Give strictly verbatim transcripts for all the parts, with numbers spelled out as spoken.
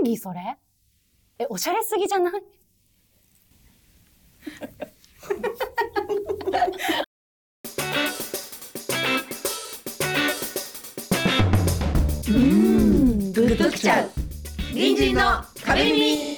ギそれ？え、おしゃれすぎじゃない？ うーん、グッときちゃう隣人の壁耳。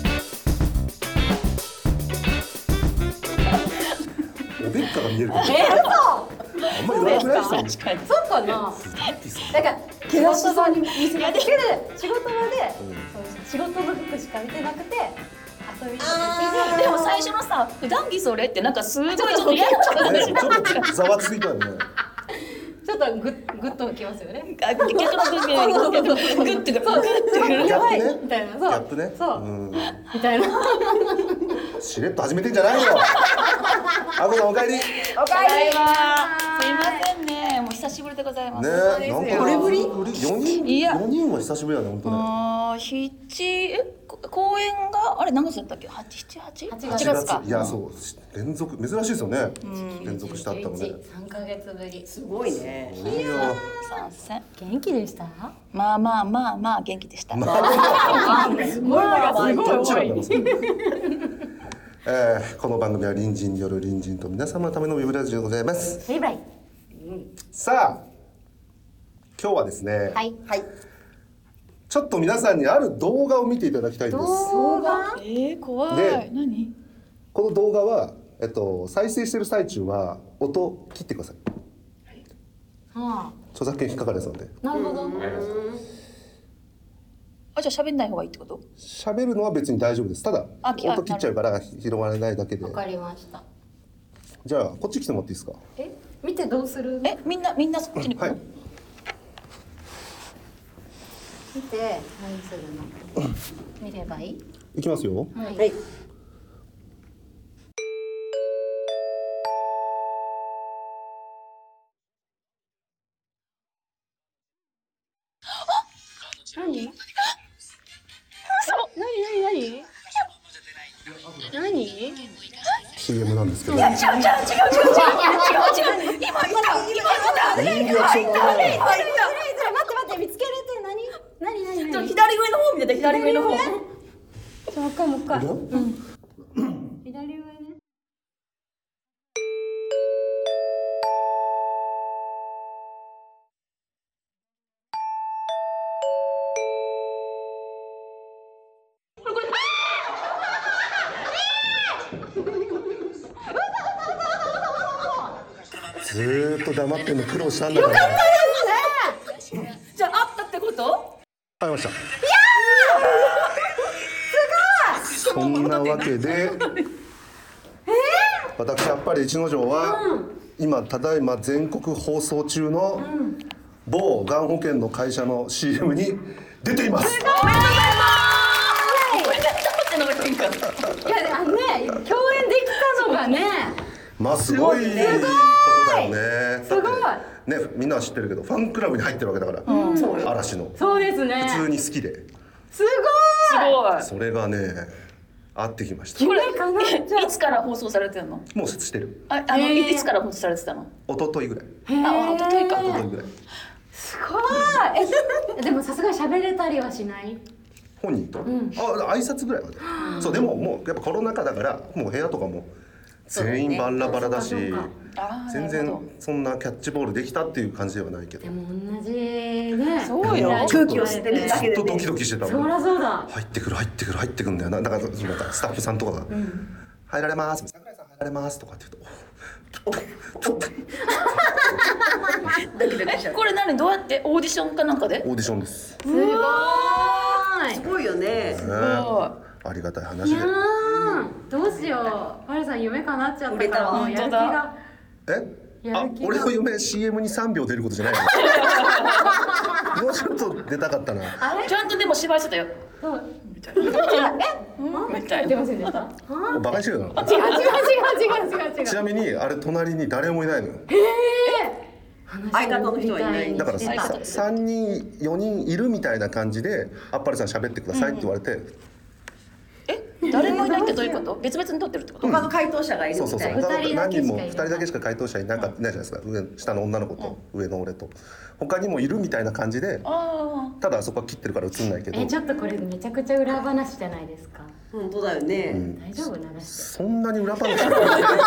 おべっかが見えるけど。 え、嘘。 あんまり言わなくないですよ。 そうかな。なんか仕事場に見せられてる仕事場で、仕事の服しか見てなくて、遊びに行って。 でも最初のさ、普段着それってなんかすごいちょっと嫌な感じ。 ちょっとざわついたよね。 ちょっとグッグッときますよね。 逆のグッグッグッてくる。 そう、 ギャやばいップね。 みたいな、そう。 ギャップね。 そううんみたいな。 しれっと始めてんじゃないよ。あこさんお帰り。 おかえり。 すいませんね。もう久しぶりでございます。 ね、なんかこれぶり？四人？ いや四人は久しぶりだね、本当ね。 ああ、七え公演があれ何月だったっけ？八七八？ 八八月か。 いや、そう連続珍しいですよね。連続したったのね。 三ヶ月ぶり。 すごいね。 いいよ。 参戦。 元気でした？ まあまあまあまあ元気でした。 すごいすごいどっちなんだろう。えー、この番組は隣人による隣人と皆様のためのウェブラジオでございます。 バイバイ。 さあ、今日はですね、 はいはい。 ちょっと皆さんにある動画を見ていただきたいんです。 動画？ えー、怖でい。何？ この動画は、えっと、再生してる最中は音切ってください。 はあ。 著作権引っかかるやつなんで。 なるほど。 あ、じゃあ喋んない方がいいってこと？ 喋るのは別に大丈夫です。ただあきあ音切っちゃうから広がらないだけで。 わかりました。 じゃあこっち来てもらっていいですか。 え、見てどうする？ え、みんなみんなそっちに来はいるの？。 見て何するの？見ればいい？ いきますよ。 はい。 はい。 何？何？何？何？何？ シーエム なんですけど。 違う違う違う違う違う違う違う違う。今今今いいリアクションだね。 待って待って見つけれて何？何？何？何？ 左上の方見てて左上の方。 じゃあもう一回もう一回。 これ左上ね。 ずーっと黙ってんの苦労したんだから。 じゃああったってこと？ ありました。そんなわけで、私やっぱり一ノ城は、今ただいま全国放送中の某がん保険の会社の シーエム に出ています。 いやあのね共演できたのがね。 まあすごいことだよね。 すごい。 だってね、みんなは知ってるけどファンクラブに入ってるわけだから、嵐のそうですね。 普通に好きで、 すごい。 すごい。 それがね会ってきました。 これ夢かなっちゃういつから放送されてるの？ もうしてる。 あ、あのへーいつから放送されてたの？ 一昨日ぐらい。 あ、一昨日か。 一昨日ぐらい。 すごい。え、でもさすがに喋れたりはしない？ 本人と、あ、挨拶ぐらいまで。そう、でももうやっぱコロナ禍だからもう部屋とかも全員バラバラだし、 そうかそうかあー全なるほ然そんなキャッチボールできたっていう感じではないけど、 でも同じね。 そうよ空気を吸ってるだけでずっとドキね。 ドキしてたそもん。 りゃそうだ。 入ってくる入ってくる入ってくるんだよな。だからそのなんかスタッフさんとかが、入られます桜井さん入られますとかって言うと、 ドキドキしちゃう。 これ何どうやってオーディションかなんかで？ オーディションです。 すごーい。 すごいよね。 ねすごい。 ありがたいい話で。 やーどうしよう。パルさん夢叶っちゃったからもうやる気が。 え？あやる気、が俺の夢 シーエム にさんびょう出ることじゃないの。もうちょっと出たかったな。 ちゃんとでも芝居してたよ。 そう。 みたいな。 え？ みたいな。 出ませんでした？あバカにしてるな。 違う違う違う違う違う違う。 ちなみにあれ隣に誰もいないのよ。 相方の人はいないだから相方ささんにんよにんいるみたいな感じで「あっぱれさん喋ってください」って言われて「 誰もいないってどういうこと？別々に撮ってるってこと？ 他の回答者がいるそうそうそう。 みたいな。 他の何人も二人だけしかいない二人だけしか回答者いなかったいないじゃないですか。上下の女の子と上の俺と他にもいるみたいな感じで、 あただあそこは切ってるから映んないけど。 えちょっとこれめちゃくちゃ裏話じゃないですか。 本当だよね。 うん大丈夫流して。 そんなに裏話ちょっ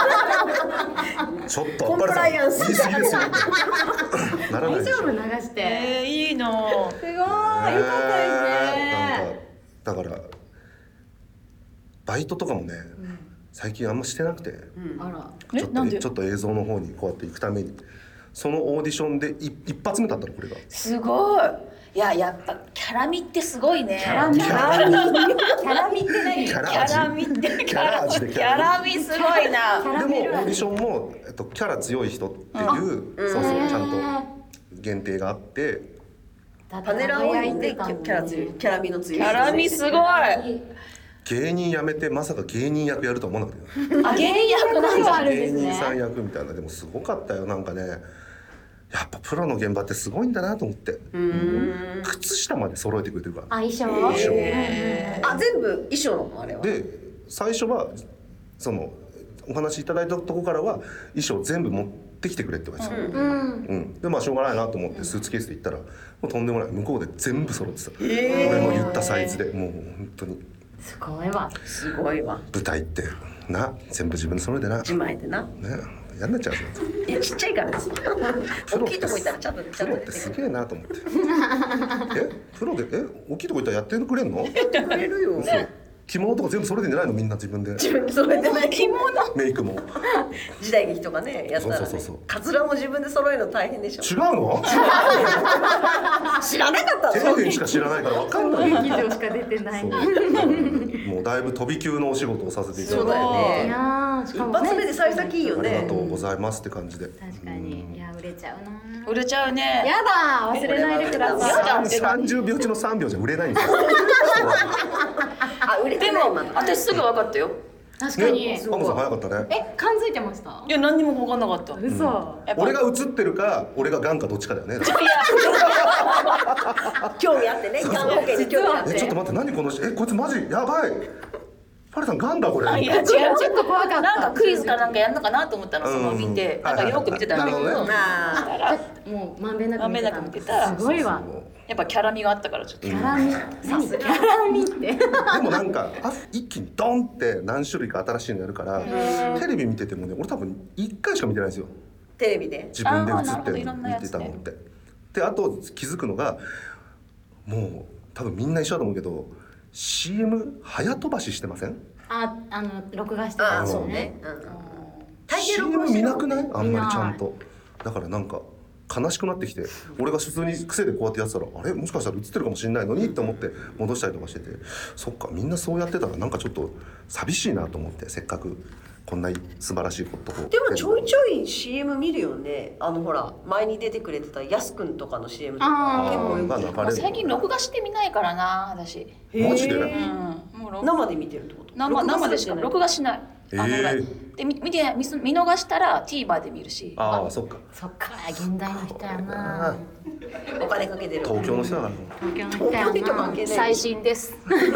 とコンプライアンス言い過ぎですよ。ならない大丈でしょ。 夫流して。 えー、いいの。 すごいよかったですね。 なんかだからバイトとかもね、最近あんましてなくて、 あら。 えなんでちょっとちょっと映像の方にこうやって行くために、そのオーディションでい一発目だったのこれが。 すごい。いややっぱキャラミってすごいね。キャラミキャラミキャラミって何？ キャラキャラミってキャラ味でキャラミすごいな。 でもオーディションも、えっと、キャラ強い人っていう、そうそうちゃんと限定があって、 パネラー多いんでキャラ強い、キャラミの強い。 キャラミすごい。 芸人辞めてまさか芸人役やるとは思わなかったよ。 あ、芸人役なんだ。 芸人さん役みたいな。でもすごかったよ。なんかね、やっぱプロの現場ってすごいんだなと思って。 うん靴下まで揃えてくれてるから。 あ衣装。 衣装あ、全部衣装のあれは。 で最初はそのお話いただいたとこからは衣装全部持ってきてくれって言われてた、 うん。 うん、でまあしょうがないなと思ってスーツケースで行ったらもうとんでもない向こうで全部揃ってた、俺の言ったサイズでもう本当にすごいわ。 すごいわ。 舞台ってな全部自分で揃えてな、 自前でな。 ね、嫌になっちゃうぞ。 いやちっちゃいからです。大きいとこ行ったらちゃんとちゃんと出プロっててくる。 すげえなと思ってえプロでえ大きいとこ行ったらやってくれんの？ やってくれるよ。 嘘着物とか全部揃えてんじゃないのみんな自分で自分で揃えてない着物。 メイクも時代劇とかねやったらね。 そうそうそうそうカツラも自分で揃えるの大変でしょ。 違うの？ 知らなかったテの？ レビしか知らないから分かんない。 劇場しか出てない。 そうもうだいぶ飛び級のお仕事をさせていただいて、 そうだよねいやーしか一もね発目で幸先いいよありがねと。うございますって感じで。 確かにいや売れちゃうな。 売れちゃうね。 やだ忘れないでくだやさい。 だってさんじゅうびょう中のさんびょうじゃ売れないんですよ。 あ、売れでてないもまだ。 私すぐ分かったよ。 確かに。 ね、パムさん早かったね。 え感づいてましたい？や何にも分かんなかった。 嘘。 やっぱ俺が映ってるか、俺がガンかどっちかだよね。 興味あってね。がん保険に興味あって。 えちょっと待って何この人えこいつマジやばい。パレさんガンだこれ。 いや違う違う。 ちょっと怖かったなんかクイズかなんかやんのかなと思ったのその見て、 うんなんかよく見てたんだけど、 なるほどねあもうまんべんなくまんべんなく見てたすごいわ。 やっぱキャラ味があったからちょっと。 キャラミ何キャラミって。 でもなんかあ一気にドンって何種類か新しいのやるからテレビ見ててもね俺多分いっかいしか見てないんですよ。 ーテレビで。 自分で映ってあーなるほどいろるんなやつねの見てたのって。であと気づくのがもう多分みんな一緒だと思うけど シーエム 早飛ばししてません？ ああの録画してああ、 ますそうね。うん。大抵シーエム録音してる見なくない？あんまりちゃん見と。だからなんか悲しくなってきて俺が普通に癖でこうやってやってたらあれもしかしたら映ってるかもしれないのにって思って戻したりとかしててそっかみんなそうやってたらなんかちょっと寂しいなと思ってせっかくこんな素晴らしいことをでもちょいちょい シーエム 見るよね。あのほら前に出てくれてたやすくんとかの シーエムとかあー結構よくが流れる最近録画してみないからな私。 マジでうんへ。 もう録生で見てるってこと？ 生生でしか録画しない。あのほらえで見見て見す見逃したら TVer で見るし。 ああそっかそっか現代の人やな。 お金かけてる。 東京の人だから東京の人東京の人やな。 関係ない。 最新です。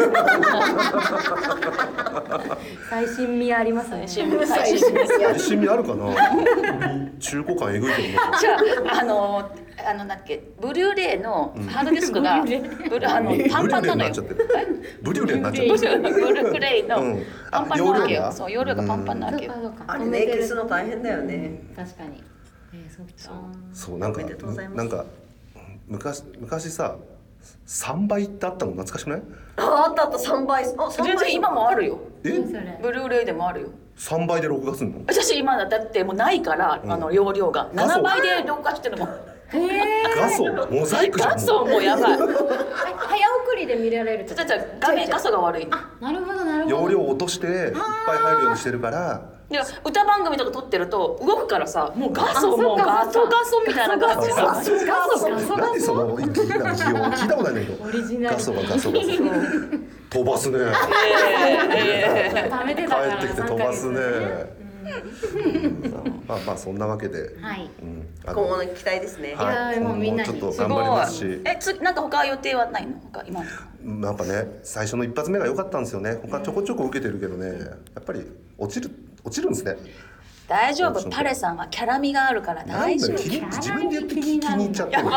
最新味ありますね。 新聞最新です。 最新味あるかな中古感えぐいけどなじゃああのあのなんだっけブルーレイのハードディスクが、ブルあのパンパンなのよ。 ブリュレになっちゃってるブリュレになっちゃってるブルーレイのうんパンパンなわけよ。 あ容量がそう容量がパンパンなわけよ。 そうかあれね消すの大変だよね。 確かに。えー、そっか。 そうなんかおめでとうございますなんか昔昔ささんばいってあったの懐かしくない？ ああったあった三倍。あ三倍。 全然今もあるよ。 え何それ。 ブルーレイでもあるよ。 さんばいで録画すんの？ 私今だってもうないから、あの容量が画素ななばいで録画してるもん。 画素モザイクじゃん画素もうやばい。 早送りで見られるってちょちょ画面画素が悪い。 なるほどなるほど。 容量を落としていっぱい入るようにしてるからで歌番組とか撮ってると動くからさもう画素あもうそっか画素画素みたいな感じ画が。 ガソガソガ何その言い方聞いたことないんだけどオリジナル画素が画素が飛ばすねえーえー貯めてたから帰ってきて飛ばすねまあまあそんなわけで、 はいうん、あ今後の期待ですね。 はい、 いやーもうみんなに今後ちょっと頑張りますし、 えつなんか他予定はないの？他今のとこやっぱね最初の一発目が良かったんですよね。他ちょこちょこ受けてるけどね、やっぱり落ちる落ちるんですね。 大丈夫。パレさんはキャラ味があるからなん大丈夫。 だよ気に自分で言って気気に入っちゃってる。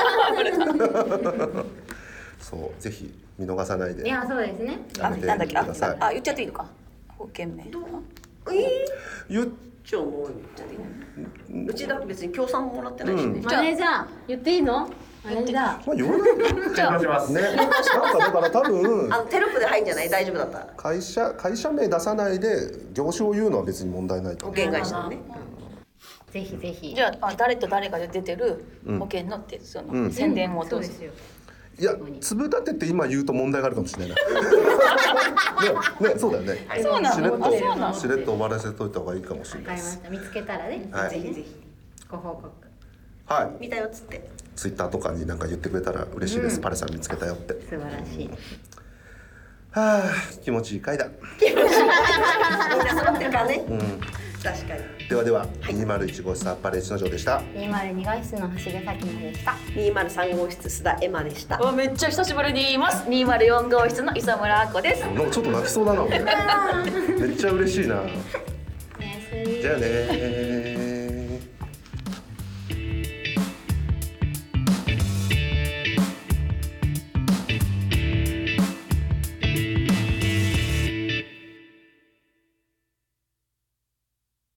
そうぜひ見逃さないでいやそうですねあやめてなんだっけあください。 あ言っちゃっていいのか。保険名。 言っじゃあもううちだって別に協賛もらってないしね。 うんマネージャー言っていいのマネージャーまあ言わないじゃあね。なんかだから多分あのテロップで入んじゃない？大丈夫だったら。 会社会社名出さないで業種を言うのは別に問題ないと保思う。 険会社のね。 ぜひぜひじゃああ誰と誰が出てる保険のってその、 うん宣伝を通す。 そうですよいや粒立てって今言うと問題があるかもしれないな。ねねそうだよね。 そうなのしれっあそうなのとしれっと終わらせといた方がいいかもしれわないです。 かりました見つけたらねはいぜひぜひご報告はい。 見たよっつって。 ツイッターとかになんか言ってくれたら嬉しいです。パレさん見つけたよって。 素晴らしいはあ気持ちいい回だ。 みんな揃ってるからね。 うん。 確かに。 ではではにまるいち号室アッパレ一の城でした。 にまるに号室の橋部咲菜でしたにまるさん号室須田エマでした。 おめっちゃ久しぶりに言います。にまるよん号室の磯村あこです。 なんかちょっと泣きそうだな俺。めっちゃ嬉しいな。 おやすみじゃあねー。